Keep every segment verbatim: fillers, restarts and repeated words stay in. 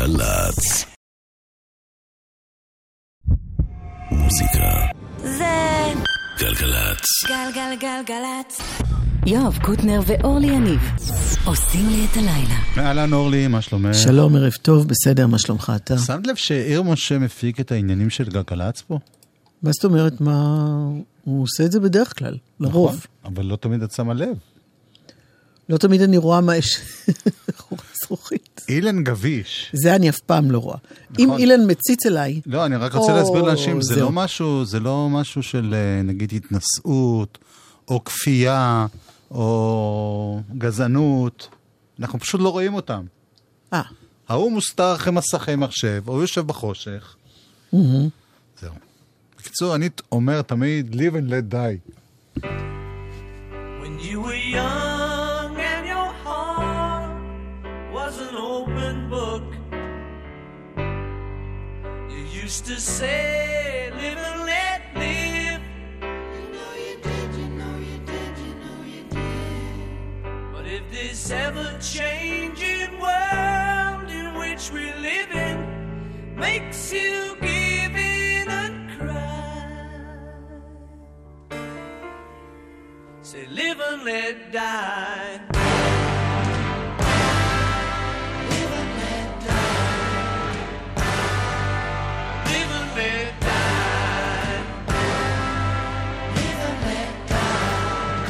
גלגלצ. מוזיקה זה גלגלצ. גלגלגלגלצ. יואב קוטנר ואורלי יניב עושים לי את הלילה. אהלן אורלי, מה שלומך? שלום, ערב טוב, בסדר, מה שלומך אתה? שמת לב שעיר משה מפיק את העניינים של גלגלצ פה? מה זאת אומרת, מה... הוא עושה את זה בדרך כלל, לרוב. נכון, אבל לא תמיד את שמה לב. לא תמיד אני רואה מה יש אחורי זרוחית. אילן גביש. זה אני אף פעם לא רואה. נכון. אם אילן מציץ אליי... לא, אני רק רוצה להסביר לאנשים, זה זהו. לא משהו, זה לא משהו של נגיד התנסות, או כפייה, או גזענות. אנחנו פשוט לא רואים אותם. אה. ההוא מוסתר אחרי מסכי מחשב, או יושב בחושך. Mm-hmm. זהו. בקיצור, אני אומר תמיד, live and let die. When you were young and your heart was an open book, you used to say, live and let live. You know you did, you know you did, you know you did. But if this ever-changing world in which we live in makes you give in and cry, say live and let die. Live and let die. Live and let die. Live and let die.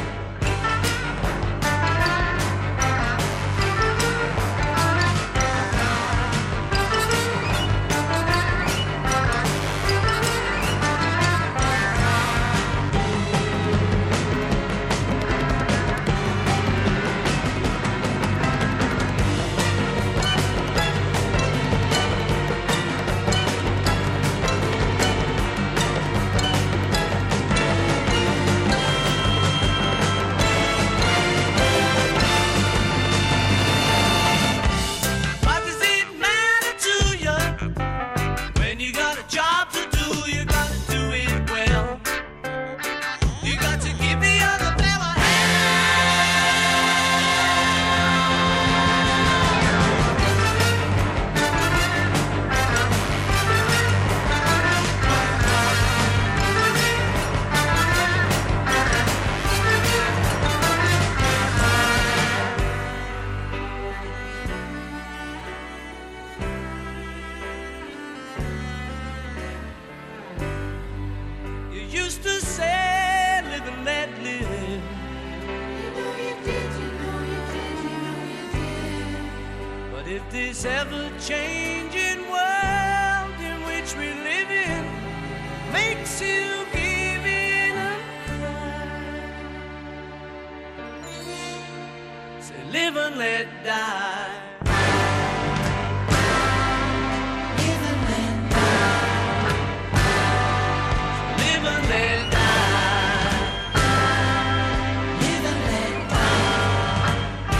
What does it matter to you when you got a job to do? You got to do it well. You got to give the other fella you used to say, live and let live. You know you did, you know you did, you know you did. But if this ever-changing world in which we live in makes you give in and cry, say live and let die. Live and let die. Live and let die. Live and let die.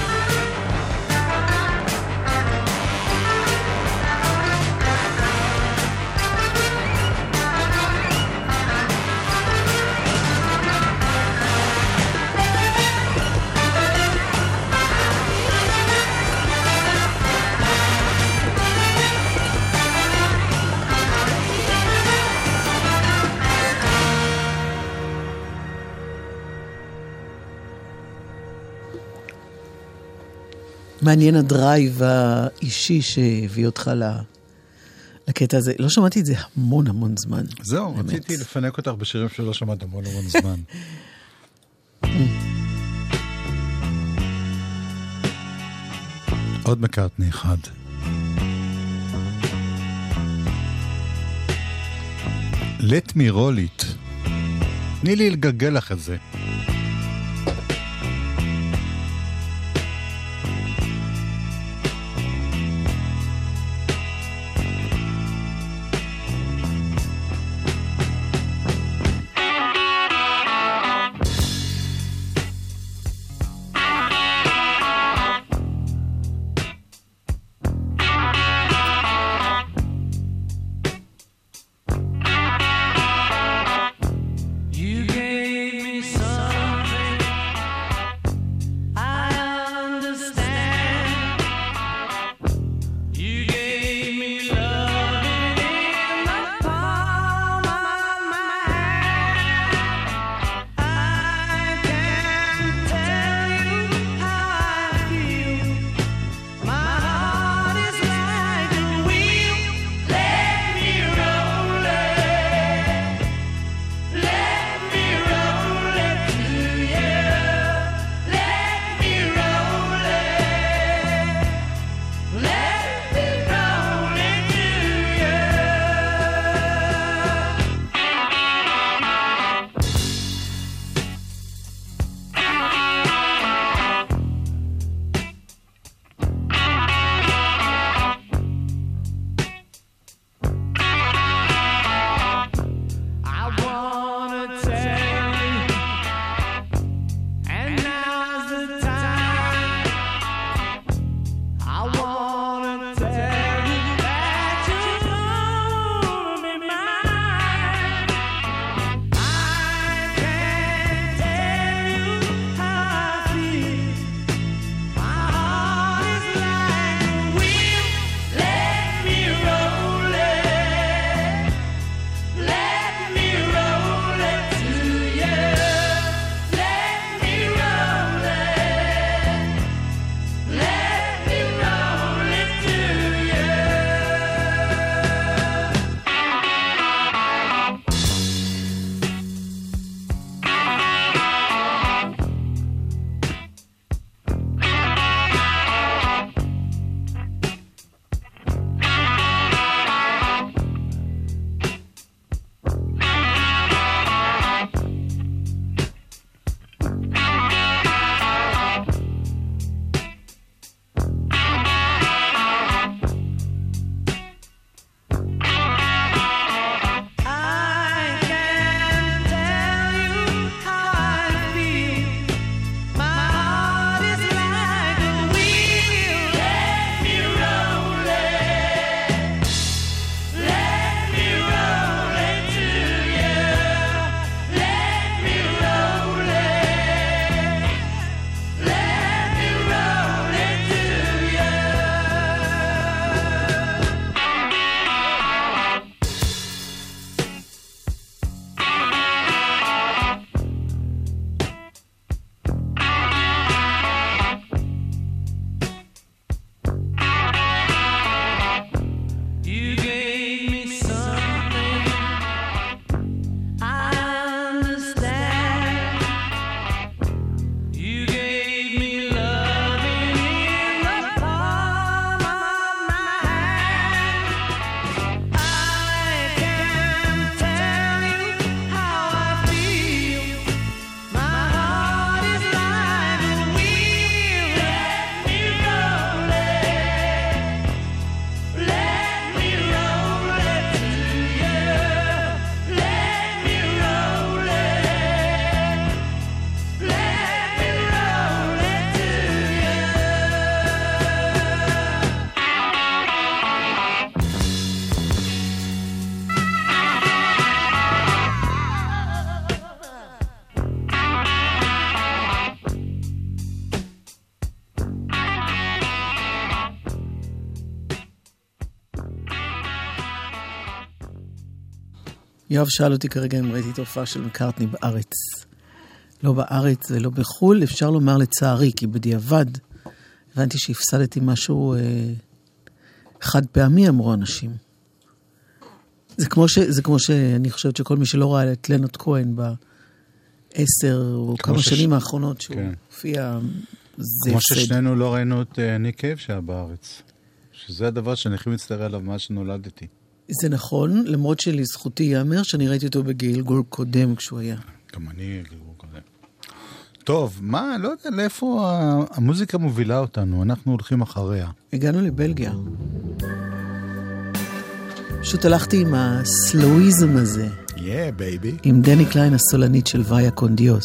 מעניין הדרייב האישי שהביא אותך לקטע הזה. לא שמעתי את זה המון המון זמן. זהו, באמת. רציתי לפנק אותך בשירים שלא שמעת המון המון זמן. עוד מקארטני אחד. Let me roll it. תני לי לגגל לך את זה. You gave me some יואב שאל אותי כרגע אם ראיתי תופעה של מקארטני בארץ. לא בארץ ולא בחול, אפשר לומר לצערי, כי בדיעבד הבנתי שהפסדתי משהו אה, חד פעמי, אמרו אנשים. זה כמו, ש, זה כמו שאני חושבת שכל מי שלא ראה את לנוט כהן בעשר או כמה ש... שנים האחרונות שהוא כן. הופיע, זה כמו הפסד. ששנינו לא ראינו את uh, ניק קייב שהיה בארץ. שזה הדבר שאני הכי מצטער עליו מה שנולדתי. זה נכון, למרות שלזכותי יאמר שאני ראיתי אותו בגלגול קודם כשהוא היה. גם אני גלגול קודם. טוב, מה, לא יודע לאיפה המוזיקה מובילה אותנו, אנחנו הולכים אחריה. הגענו לבלגיה. פשוט הלכתי עם הסלואיזם הזה. Yeah, baby. עם דני קליין הסולנית של ויה קונדיוס.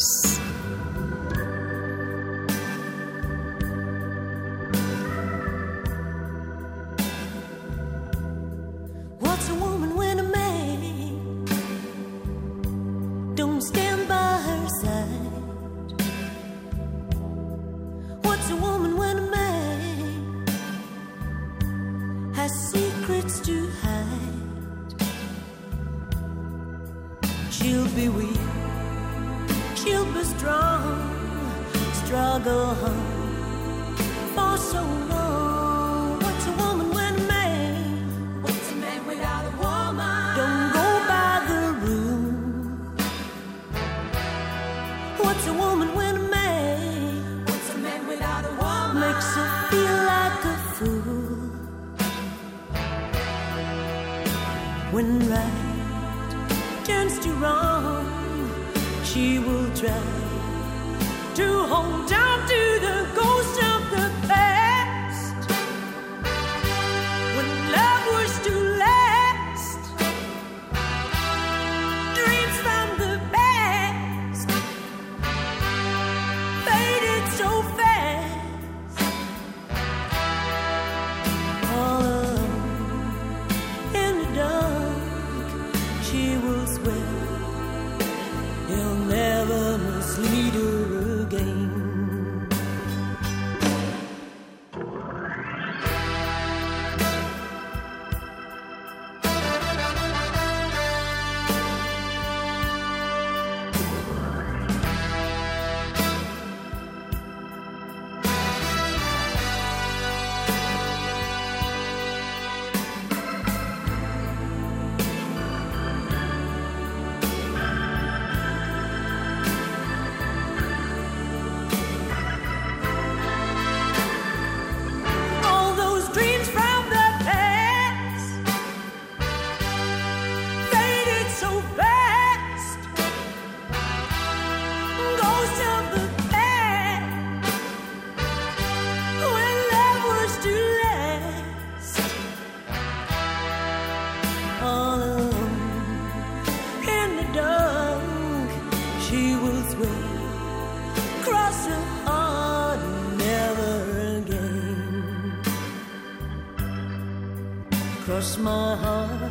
Cross my heart,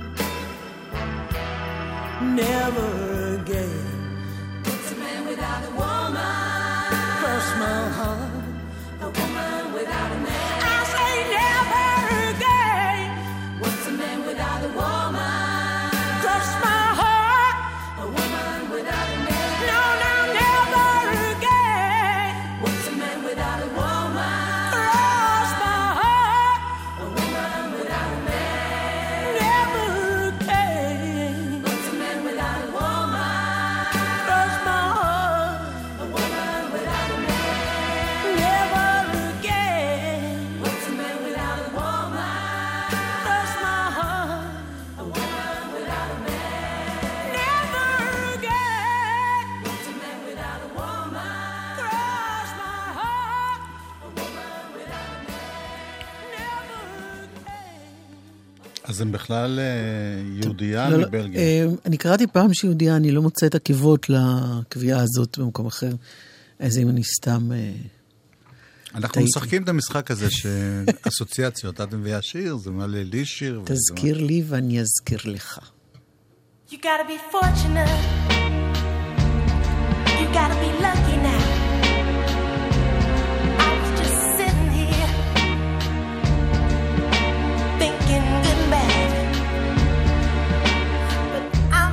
never again. It's a man without a woman. Cross my heart, a woman without a man. I say never again. What's a man without a woman? Cross my heart, a woman without a man. No, no, never again. What's a man without a woman? Cross my heart, a woman without a man. Never again. What's a man without a woman? Cross my heart, a woman without a man. Never again. What's a man without a woman? Cross my heart, a woman without a man. Never again. What's a man without a woman? Cross my heart, a woman without a man. Never again. אז הם בכלל אה, יהודייה לא, לא, מבלגיה. אה, אני קראתי פעם שיהודיה, אני לא מוצא את עקבות לקביעה הזאת במקום אחר. אז אם אני סתם... אה, אנחנו טעיתי. משחקים את המשחק הזה שאסוציאציות, את מביאה שיר, זה מעלה לי שיר. וזה תזכיר לי ואני אזכיר לך. You gotta be fortunate. You gotta be lucky now. I was just sitting here thinking good and bad. But I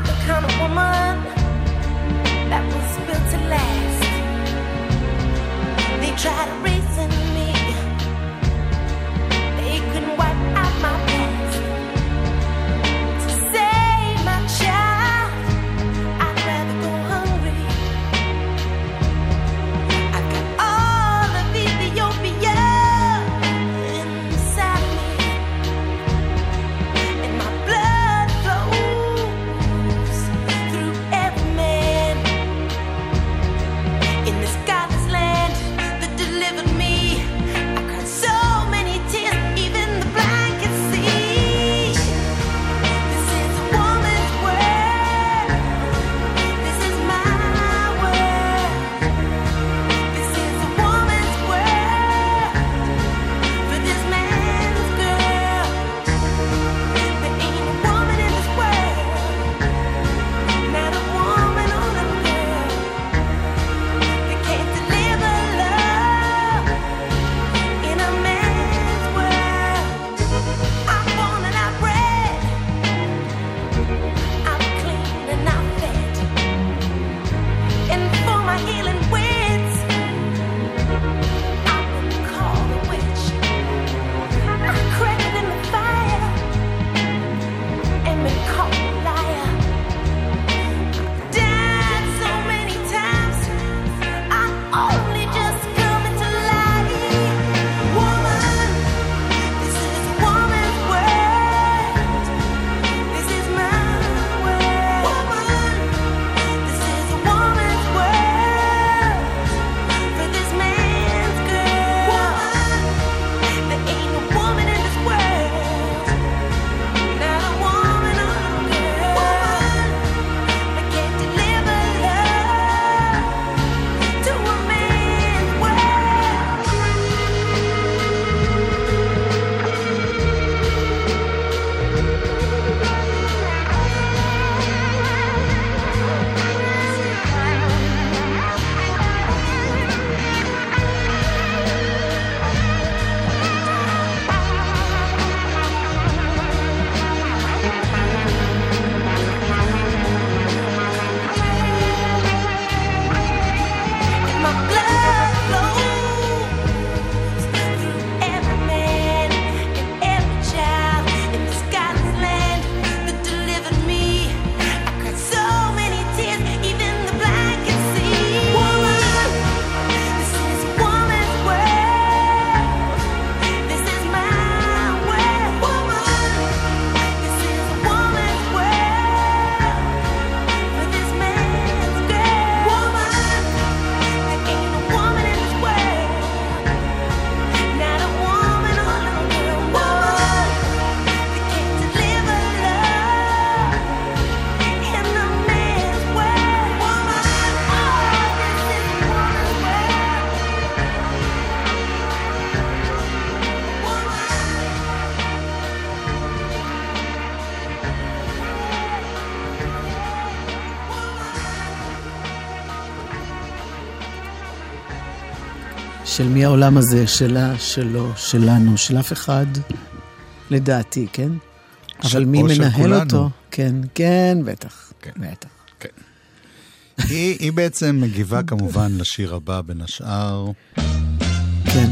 של מי העולם הזה, שלה, שלו, שלנו, של אף אחד, לדעתי, כן? אבל מי מנהל אותו? כן, כן, בטח, בטח. היא, היא בעצם מגיבה כמובן לשיר הבא בין השאר. כן.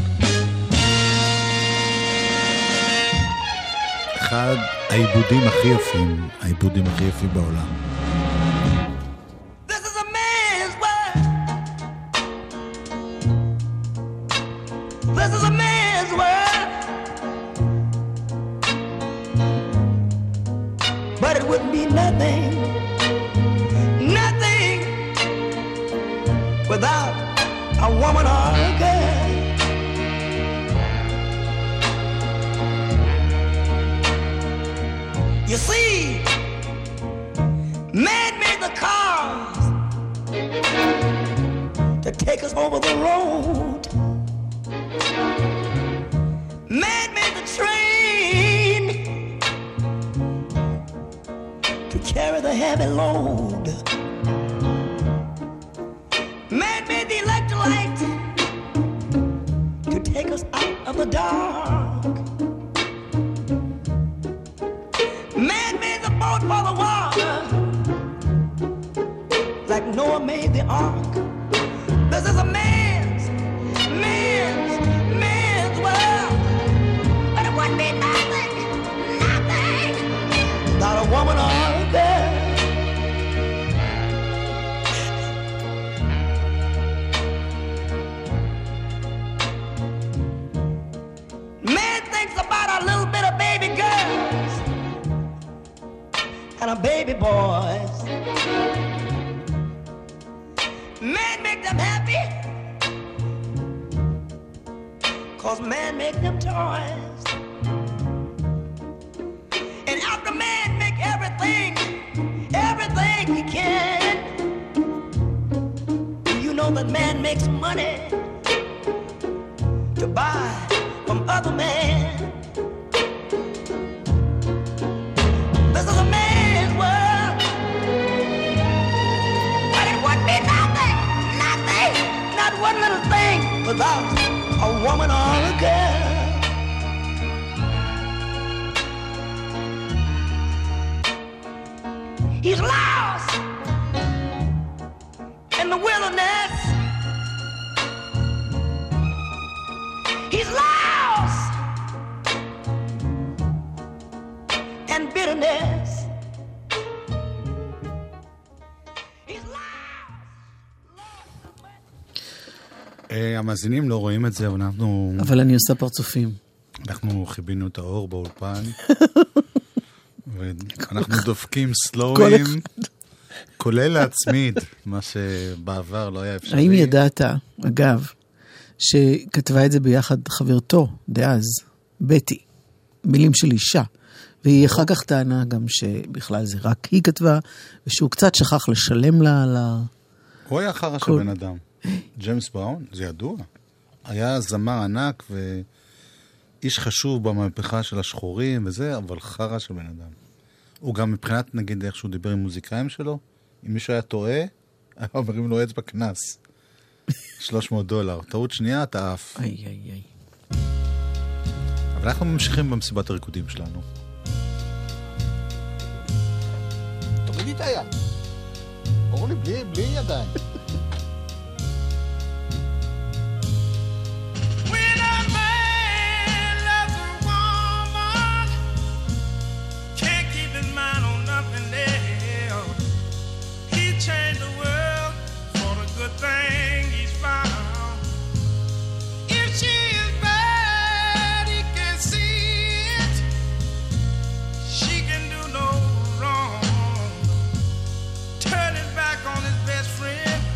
אחד העיבודים הכי יפים, העיבודים הכי יפים בעולם. This is a man's world. This is a man's world. But it wouldn't be nothing, nothing without a woman or a girl. You see, man made the cars to take us over the road. Man made the train to carry the heavy load. Man made the electric light to take us out of the dark. Man made the boat for the water, like Noah made the ark. This is a man's, man's, man's world. But it wouldn't be nothing, nothing without a woman or a girl. Man thinks about a little bit of baby girls and a baby boys. Man make them happy, cause man make them toys. And after man make everything, everything he can, you know that man makes money to buy from other men. This is a man's world, but it would be nothing, nothing, not one little thing without a woman or a girl. He's lost in the wilderness. He's lost in bitterness. He's lost. המאזינים לא רואים את זה, אבל אנחנו... אבל אני עושה פרצופים. אנחנו חיבינו את האור באולפן, ואנחנו דופקים סלואים, כולל להצמיד, מה שבעבר לא היה אפשרי. האם ידעת, אגב, שכתבה את זה ביחד חברתו, דאז, בטי, מילים של אישה, והיא אחר כך טענה גם שבכלל זה רק היא כתבה, ושהוא קצת שכח לשלם לה על ה... הוא היה חרא של בן אדם. ג'יימס בראון, זה ידוע. היה זמר ענק ואיש חשוב במהפכה של השחורים וזה, אבל חרא של בן אדם. הוא גם מבחינת, נגיד, איך שהוא דיבר עם מוזיקאים שלו, אם מישהו היה טועה, היה אומרים לו אצבע כנס. שלוש מאות דולר. טעות שנייה, אתה עף. איי, איי, איי. אבל אנחנו ממשיכים במסיבת הריקודים שלנו. תורידי את היד. ברור לי, בלי, בלי ידיים. Change the world for the good thing he's found. If she is bad, he can see it. She can do no wrong. Turning back on his best friend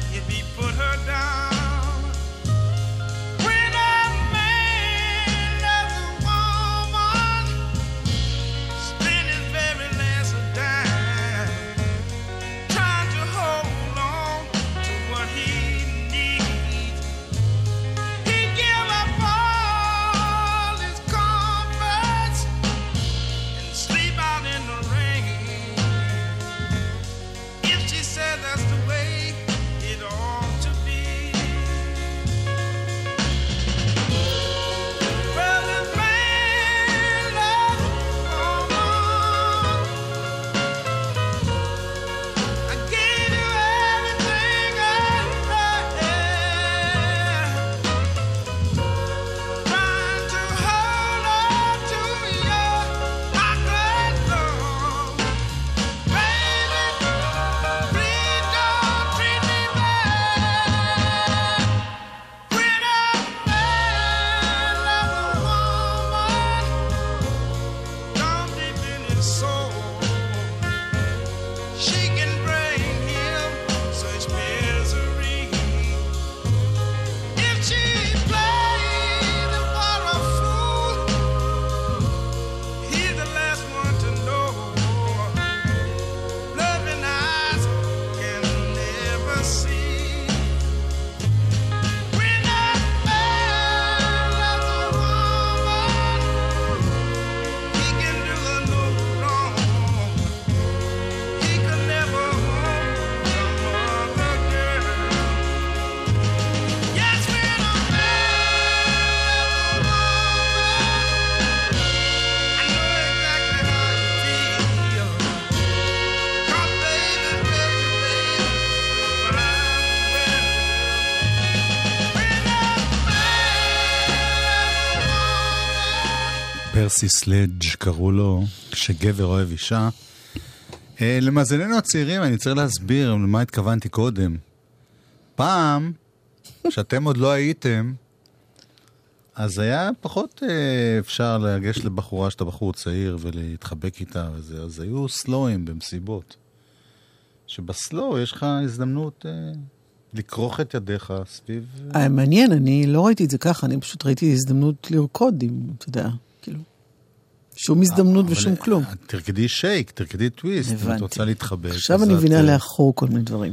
פרסי סלדג' קראו לו, כשגבר אוהב אישה. למאזיננו הצעירים, אני צריך להסביר למה התכוונתי קודם. פעם, שאתם עוד לא הייתם, אז היה פחות אפשר להגש לבחורה שאתה בחור צעיר ולהתחבק איתה וזה. אז היו סלואים במסיבות. שבסלו יש לך הזדמנות לקרוח את ידיך סביב... מעניין, אני לא ראיתי את זה ככה, אני פשוט ראיתי הזדמנות לרקוד, אם אתה יודע, כאילו. שום הזדמנות ושום כלום. תרקדי שייק, תרקדי טוויסט, אם את רוצה להתחבק. עכשיו אני מבינה לאחור כל מיני דברים.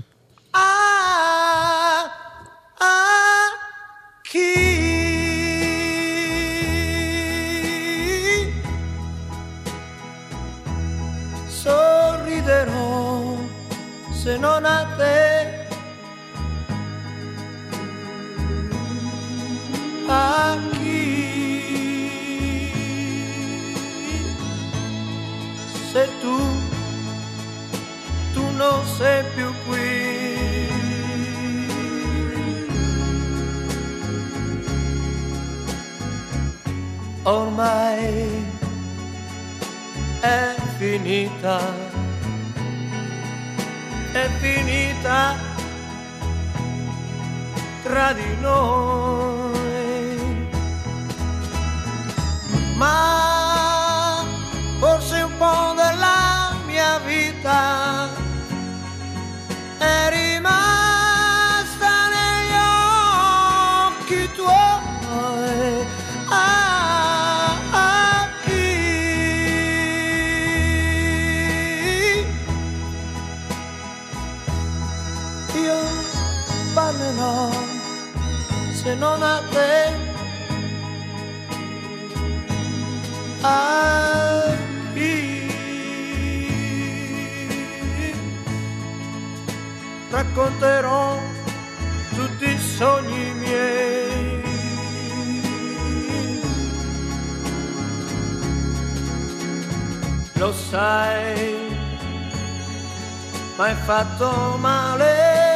Sorriderò se non a te. A chi? Se tu, tu non sei più qui. Ormai è finita, è finita tra di noi, ma forse un po' della mia vita è rimasta negli occhi tuoi. Ah, ah, chi? Io parlerò se non a te. Ah, chi? Racconterò tutti i sogni miei. Lo sai, m'hai fatto male,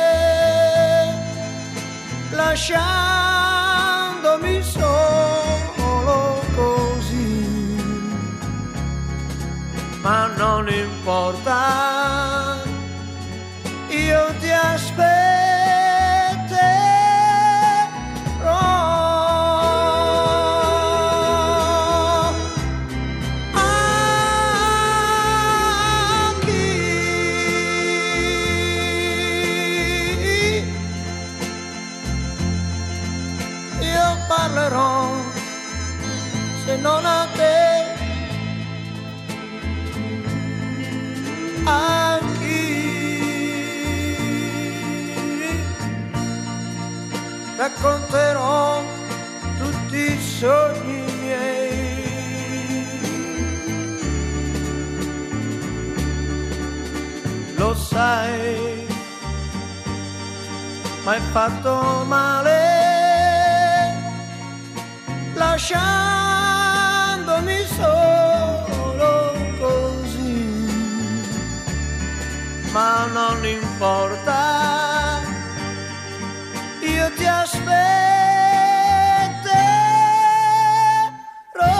lasciandomi solo così, ma non importa, io ti aspetterò. Parlerò se non a te, a chi? Racconterò tutti i sogni miei. Lo sai, m'hai fatto male, lasciandomi solo così, ma non importa, io ti aspetterò.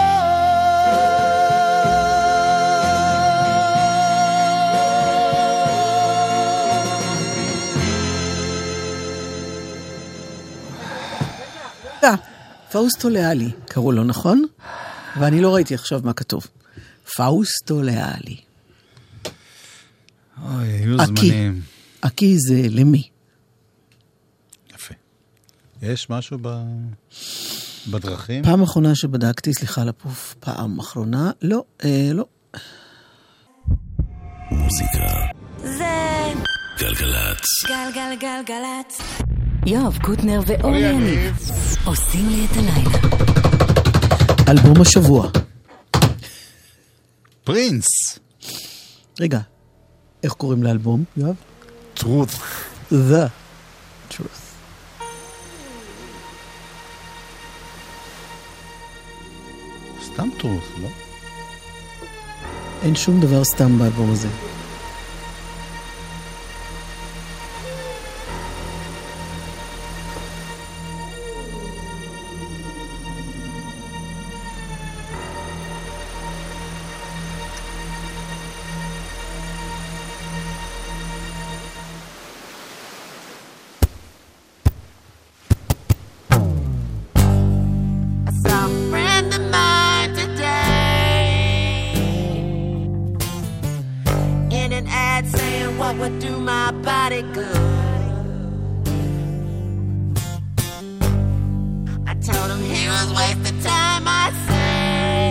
פאוסטו לאלי, קראו לו, נכון? ואני לא ראיתי עכשיו מה כתוב. פאוסטו לאלי. אוי, היו זמנים. אקי זה למי? יפה. יש משהו ב... בדרכים? פעם אחרונה שבדקתי, סליחה לפוף, פעם אחרונה, לא, אה, לא. מוזיקה. זה... גלגלצ. גלגלגלגלצ. יואב קוטנר ואורלי יניב עושים לי את הלילה. אלבום השבוע. פרינס. רגע, איך קוראים לאלבום, יואב? Truth. The Truth. סתם Truth, לא? אין שום דבר סתם באלבום הזה. nobody good. I told him he was wasting time, I say.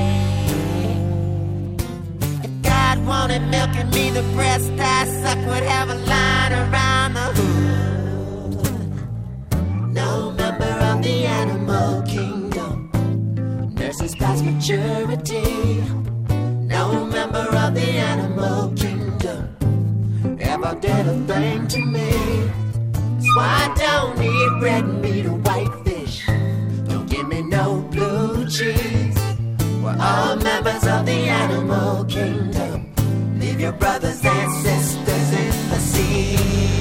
If God wanted milk and me, the breast I suck would have a line around the hood. No member of the animal kingdom nurses past maturity. No member of the animal kingdom ever did a thing to me. That's why I don't eat red meat or white fish. Don't give me no blue cheese. We're all members of the animal kingdom. Leave your brothers and sisters in the sea.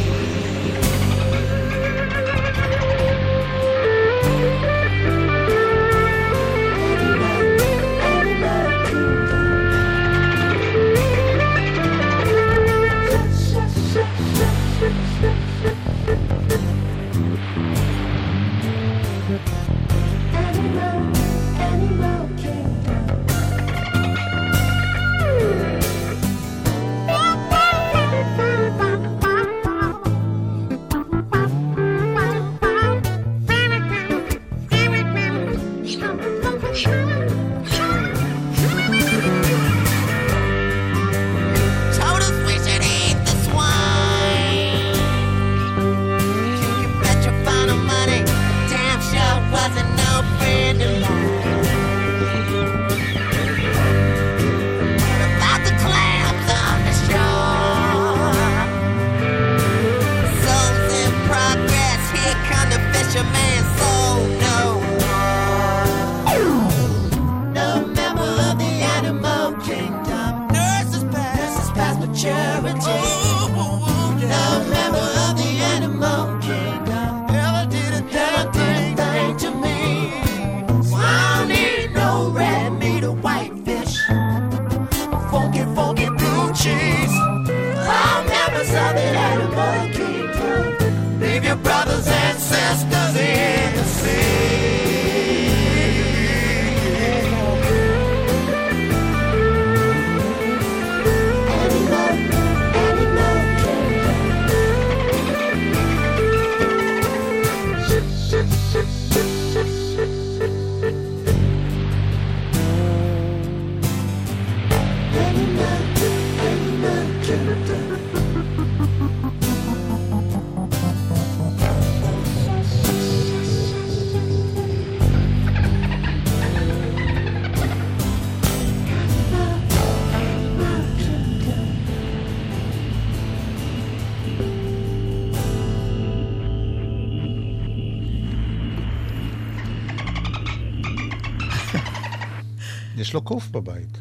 יש לו קוף בבית.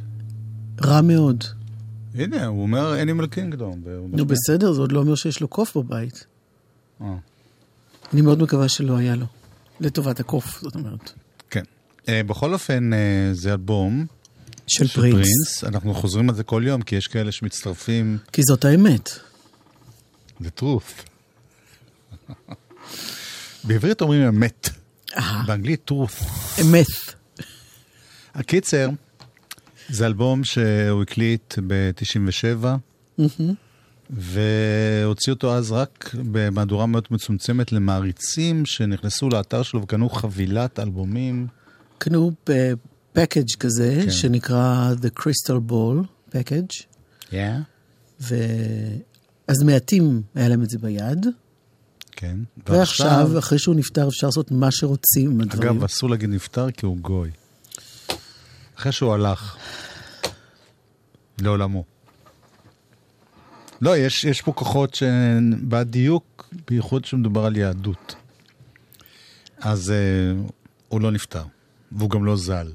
רע מאוד. הנה, הוא אומר Animal Kingdom. נו, בסדר, זה עוד לא אומר שיש לו קוף בבית. אה. אני מאוד מקווה שלא היה לו. לטובת הקוף, זאת אומרת. כן. בכל אופן, זה אלבום של פרינס. אנחנו חוזרים על זה כל יום, כי יש כאלה שמצטרפים. כי זאת האמת. The truth. בעברית אומרים אמת. באנגלית truth. אמת. הקיצר, זה אלבום שהוא הקליט ב-תשעים ושבע, והוציא אותו אז רק במהדורה מאוד מצומצמת למעריצים שנכנסו לאתר שלו וקנו חבילת אלבומים. קנו פקאג' כזה, כן. שנקרא The Crystal Ball פקאג'. כן. Yeah. ואז מעטים היה להם את זה ביד. כן. ועכשיו, ועכשיו אחרי שהוא נפטר, אפשר לעשות מה שרוצים עם הדברים. אגב, אסור להגיד נפטר כי הוא גוי. אחרי שהוא הלך לעולמו. לא, יש, יש פה כוחות שבדיוק, בייחוד שמדובר על יהדות. אז uh, הוא לא נפטר, והוא גם לא זל.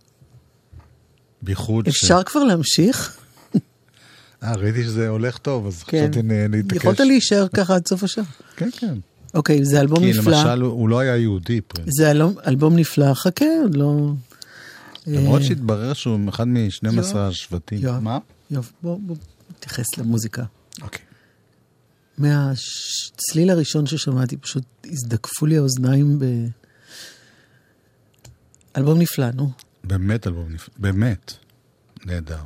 בייחוד אפשר ש... כבר להמשיך? אה, ראיתי שזה הולך טוב, אז כן. חשבתי להתעקש. יכולת להישאר ככה עד סוף השעה. כן, כן. אוקיי, זה אלבום כי נפלא. כי למשל, הוא לא היה יהודי. פרינס. זה אלבום, אלבום נפלא, חכה, עוד לא... למרות שהתברר שהוא אחד מ-שנים עשר השבטים. יואב, מה? יואב, בוא, בוא תתייחס למוזיקה. אוקיי. מהצליל הראשון ששמעתי, פשוט הזדקפו לי האוזניים ב... אלבום נפלא, נו. באמת אלבום נפלא, באמת. נהדר.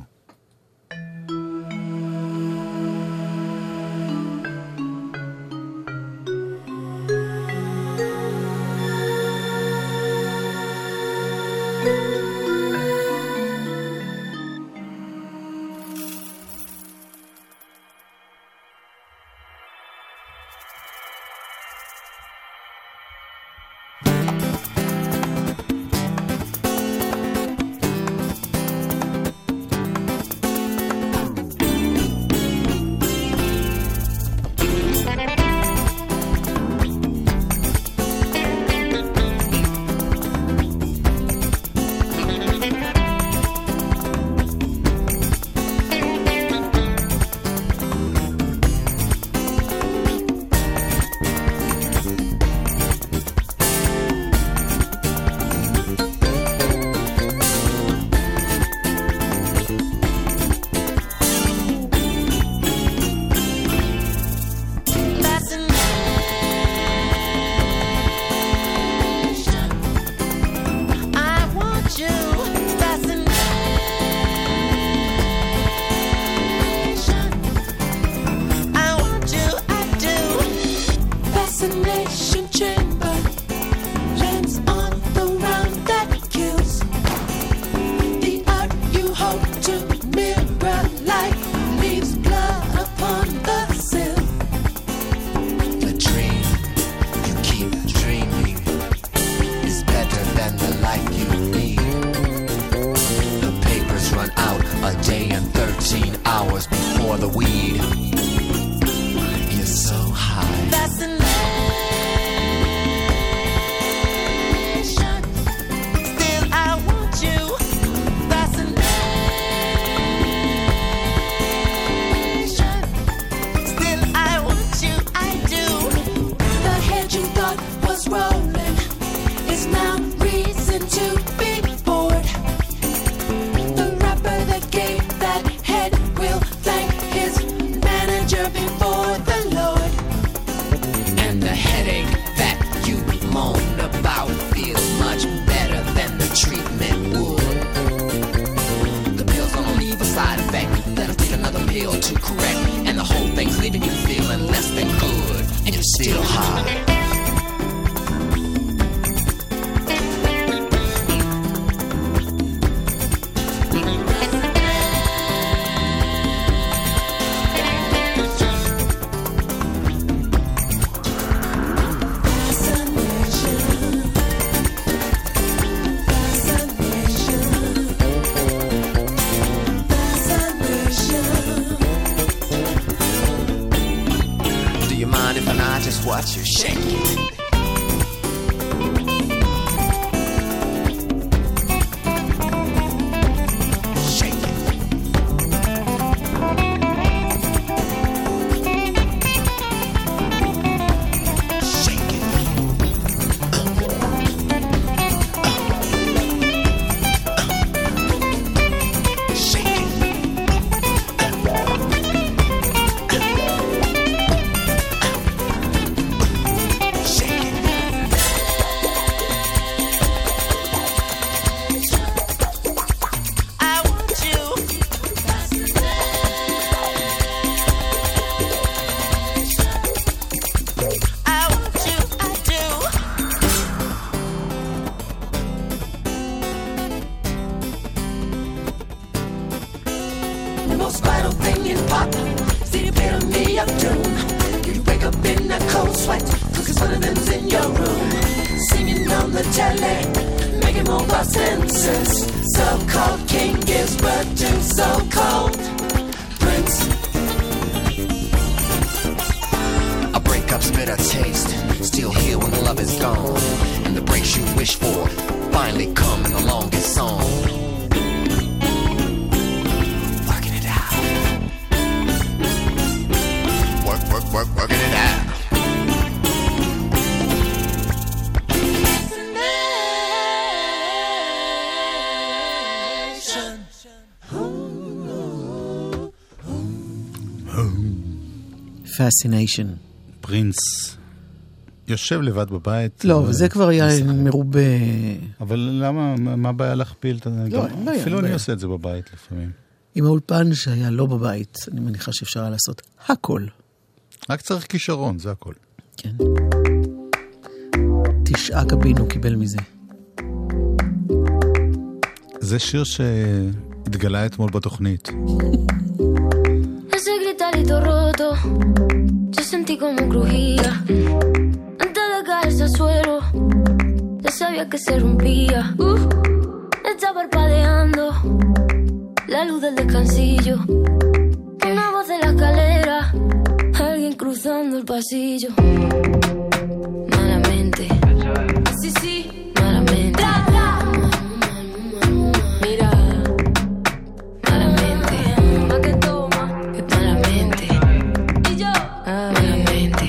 A day and thirteen hours before the weed. You're so high. Fascination. Still I want you. Fascination. Still I want you. I do. The head you thought was rolling is now reason to be bored. The rapper that gave that head will thank his manager before the Lord. And the headache that you moan about feels much better than the treatment would. The pill's gonna leave a side effect. Let us take another pill to correct. And the whole thing's leaving you feeling less than good. And you're still high. Do you mind if I just watch you shake it? Shake it. Shake it. Shake it. Shake it. I want you. I want you. I do. The most vital thing in pop is the epitome of doom. You wake up in a cold sweat, cause one of them's in your room. Singing on the telly, making mobile senses. So-called king gives birth to so-called prince. A breakup's bitter taste, still here when the love is gone. And the breaks you wish for finally come in the longest song. Working it out. Work, work, work, working it out. Fascination. פרינס יושב לבד בבית. לא, וזה כבר היה מרובה... אבל למה, מה הבעיה להכפיל? לא, אין בעיה. אפילו אני עושה את זה בבית לפעמים. עם האולפן שהיה לא בבית, אני מניחה שאפשר היה לעשות הכל. רק צריך כישרון, זה הכל. כן. תשעה קבין הוא קיבל מזה. זה שיר שהתגלה אתמול בתוכנית. Ese gritarito roto, yo sentí como crujía. Antes de caerse al suelo, ya sabía que se rompía. Uh, está parpadeando la luz del descansillo. Una voz de la escalera, alguien cruzando el pasillo. Malamente, sí, sí, malamente. Mira, malamente, pa' que toma, que malamente. Y yo, malamente.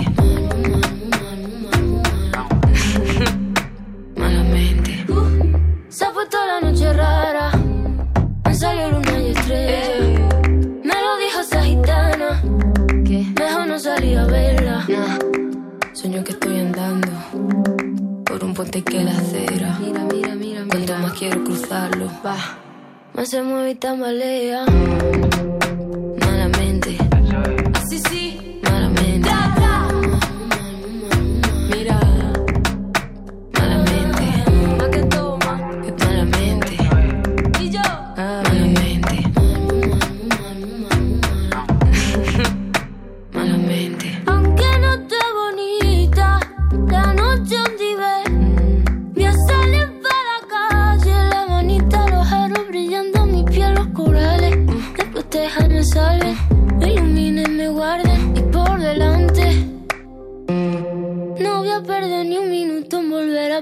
Malamente. Uh, se ha puesto la noche rara, me salió luna y estrella. Me lo dijo esa gitana, que mejor no salí a verla. Nah. Sueño que estoy andando por un puente que la acera. Mira, mira, mira, mira. Cuanto más quiero cruzarlo, va, más se mueve y tambalea. Malamente, así sí, malamente. Mira, malamente, pa' que toma, que malamente. Y yo, malamente. Malamente. Aunque no esté bonita, la noche donde ve, voy a salir para la calle, la manita, los aros brillando, mi piel, los corales.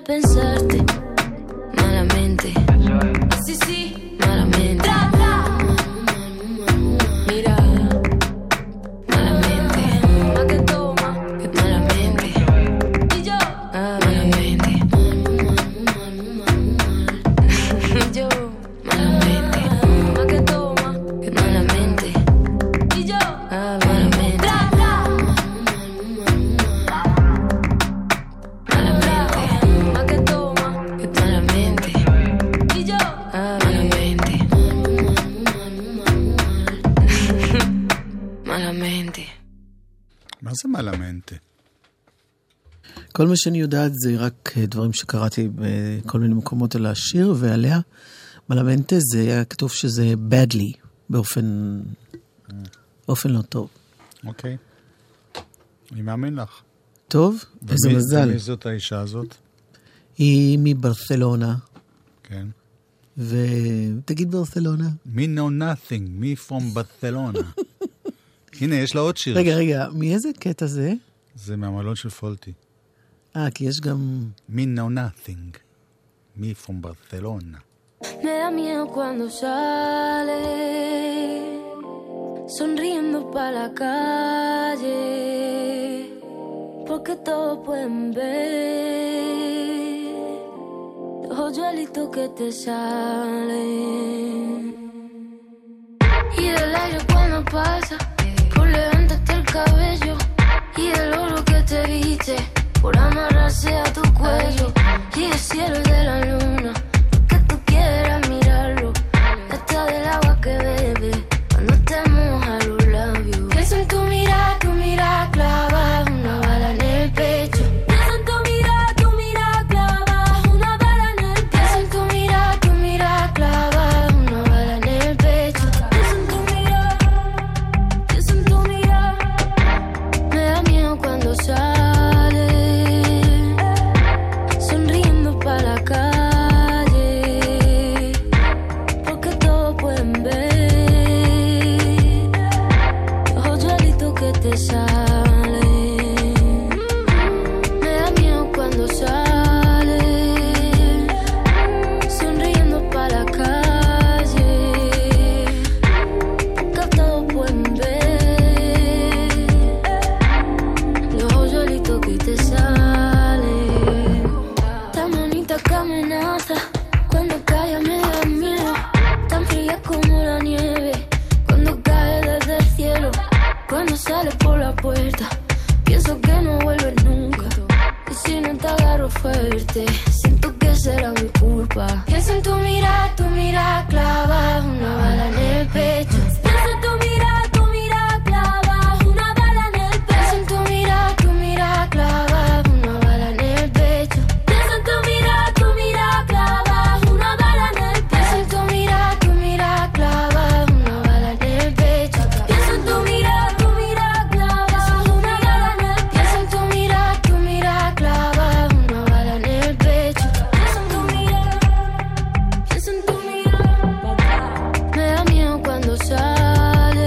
pensarte malamente. Sí, sí, malamente. Mira, malamente. Ma che toma, che malamente. Y yo, ah, malamente. Y yo, malamente. Ma che toma, che malamente. Y yo, ah, malamente. מה זה מלמנטה? כל מה שאני יודעת זה רק דברים שקראתי בכל מיני מקומות על השיר ועליה. מלמנטה זה היה כתוב שזה badly, באופן באופן לא טוב. אוקיי. אני מאמין לך. טוב, איזה מזל. ומי זאת האישה הזאת? היא מברסלונה. כן. ותגיד ברסלונה. Me know nothing, me from Barcelona. הנה, יש לה עוד שיר. רגע, רגע, מאיזה קטע זה? זה מהמלון של פולטי. אה, כי יש גם... Me know nothing, me from Barcelona. Me da miedo cuando sale sonriendo pa' la calle porque todos pueden ver los hoyuelitos que te salen y del aire cuando pasa por levantarte el cabello y el oro que te viste por amarrarse a tu cuello y el cielo de la luna que tú quieras mirarlo hasta del agua que bebe cuando te moja los labios pienso en tu mirada, tu mirada clava una bala en el pecho pienso en tu mirada, tu mirada clava una bala en el pecho pienso en tu mirada, tu mirada clava una bala en el pecho pienso en tu mirada, pienso en tu mirada me da miedo cuando sale sonriendo pa' la calle porque todos pueden ver los hoyuelitos que te salen me da miedo cuando sale sonriendo pa' la calle porque todos pueden ver los hoyuelitos que te salen tan bonita que amenaza cuando calla me da miedo tan fría como la nieve cuando cae desde el cielo cuando sale por la puerta pienso que no vuelves nunca y si no te agarro fuerte siento que será mi culpa pienso en tu mirada, tu mirada clava una bala en el pecho pienso en tu mirada, tu mirada clava una bala en el pecho pienso en tu mirada, tu mirada clava una bala en el pecho pienso en tu mirada, tu mirada clava una bala en el pecho pienso en tu mirada, tu mirada clava una bala en el pecho pienso en tu mirada, tu mirada clava una bala en el pecho pienso en tu mirada, tu mirada clava una bala en el pecho pienso en tu mirada, pienso en tu mirada me da miedo cuando sale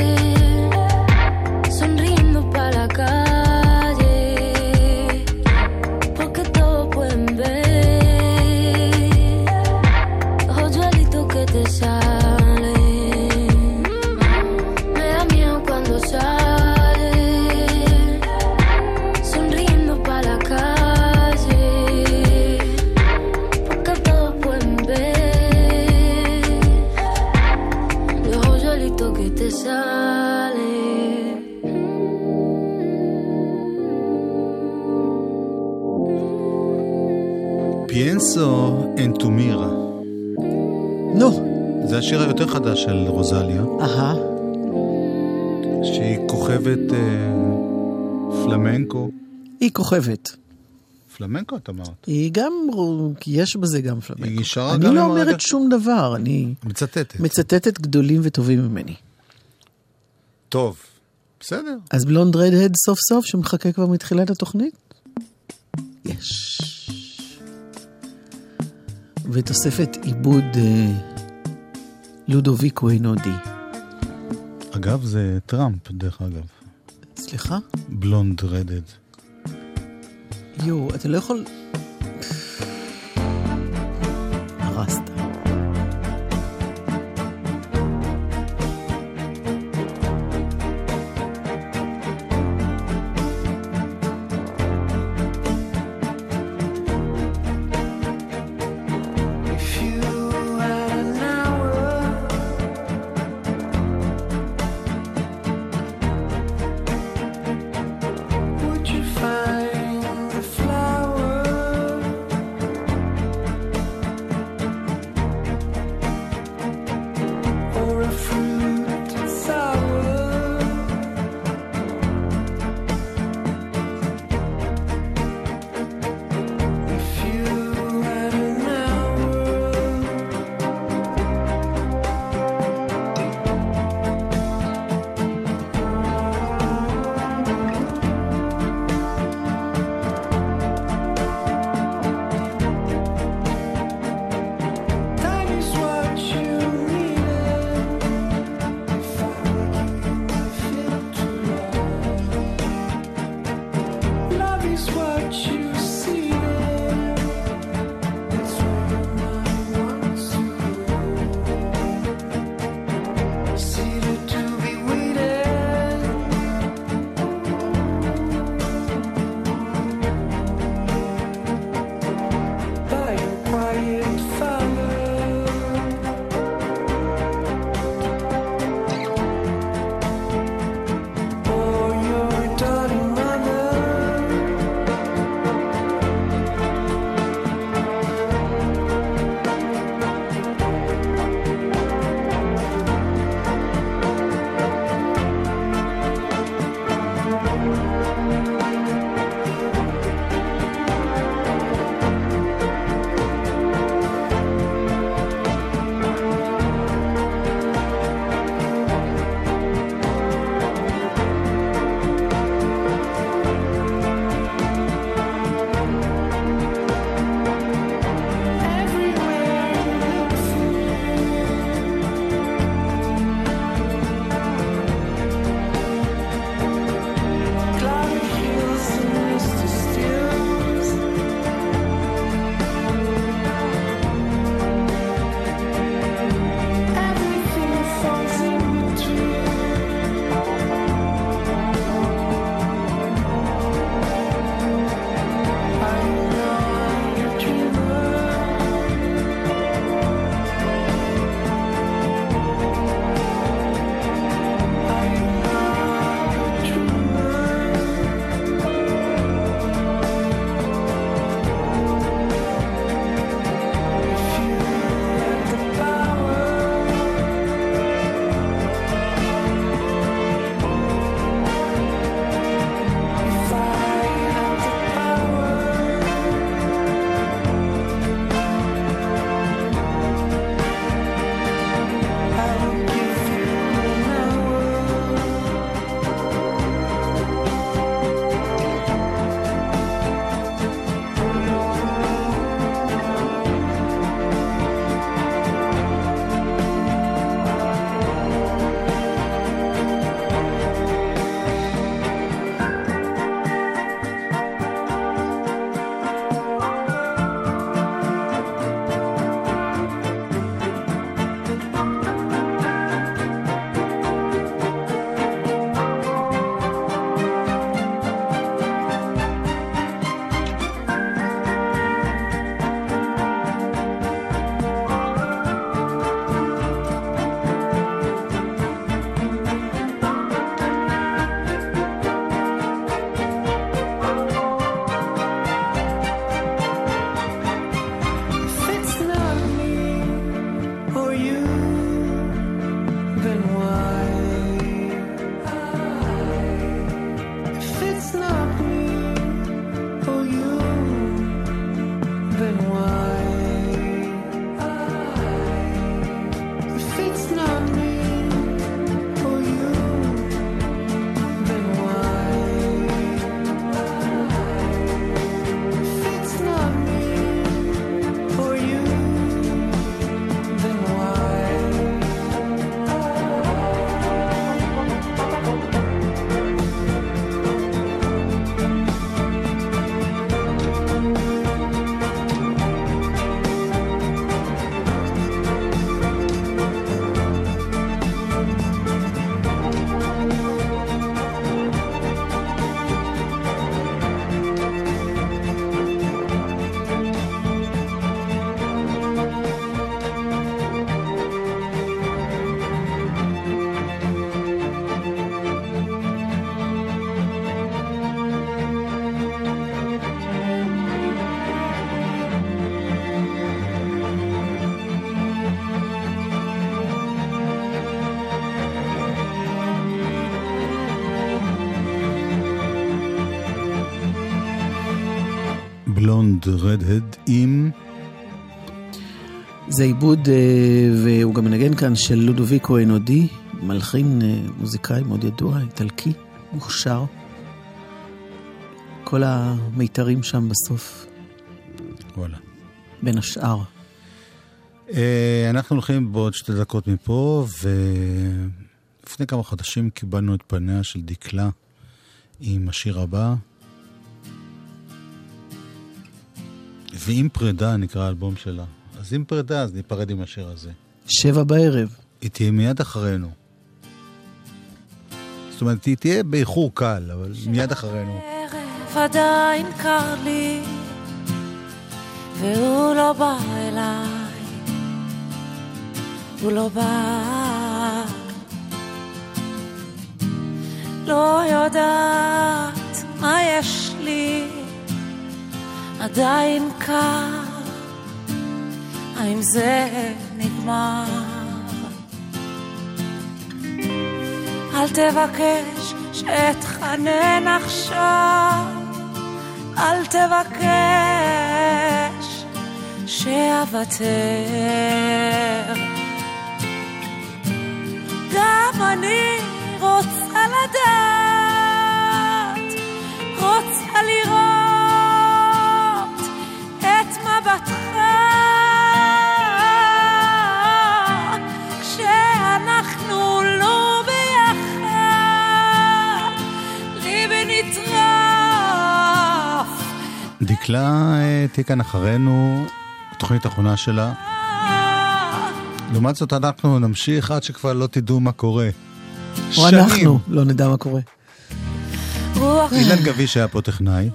sonriendo pa' la calle porque todos pueden ver los hoyuelitos que te salen me da miedo cuando sale sonriendo pa' la calle porque todos pueden ver los hoyuelitos que te salen פיאנסו אין תומירה. נו, זה השיר היותר חדש של רוזליה, אהה. שהיא כוכבת אה, פלמנקו. היא כוכבת. פלמנקו את אמרת. היא גם, כי יש בזה גם פלמנקו. היא שרה אני גם לא עם אומרת הרגע- שום דבר, אני מצטטת. מצטטת גדולים וטובים ממני. טוב, בסדר. אז בלונד רדהד סוף סוף שמחכה כבר מתחילת התוכנית? יש. ותוספת עיבוד אה, לודוביקו אינודי. אגב, זה טראמפ, דרך אגב. סליחה? בלונד רדד. יו, אתה לא יכול... הרסטה. בלונד רדהד עם... זה עיבוד, והוא גם מנגן כאן של לודוביקו אינודי, מלחין מוזיקאי מאוד ידוע, איטלקי, מוכשר. כל המיתרים שם בסוף. וואלה. בין השאר. אנחנו הולכים בעוד שתי דקות מפה, ולפני כמה חודשים קיבלנו את פניה של דקלה עם השיר הבא. ועם פרידה נקרא האלבום שלה. אז עם פרידה, אז ניפרד עם השיר הזה. שבע בערב. היא תהיה מיד אחרינו. זאת אומרת, היא תהיה באיחור קל, אבל מיד אחרינו. בערב עדיין קר לי, והוא לא בא אליי, הוא לא בא. לא יודעת מה יש לי, עדיין קר, האם זה נגמר? אל תבקש שאתחנן עכשיו, אל תבקש שאוותר. גם אני רוצה לדעת, רוצה לראות את מבטך כשאנחנו לא ביחד, ליבי נטרף. דקלה תהיה כאן אחרינו, תוכנית האחרונה שלה. לעומת זאת אנחנו נמשיך עד שכבר לא תדעו מה קורה. או אנחנו לא נדע מה קורה. אילן גביש היה פה טכנאי.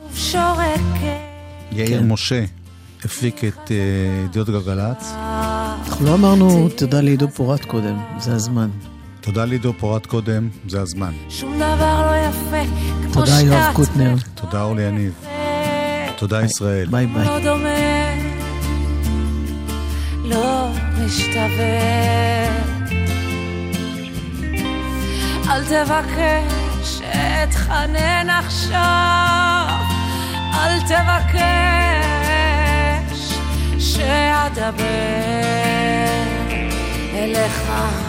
יאיר משה הפיק את ידיעות גלגלצ. אנחנו לא אמרנו תודה לעידו פורט קודם, זה הזמן. תודה לעידו פורט קודם, זה הזמן. שום דבר לא יפה. תודה יואב קוטנר. תודה אורלי יניב. תודה ישראל. ביי ביי. לא דומה, לא משתווה. אל תבקש אתחנן עכשיו, אל תבקש שאדבר אליך.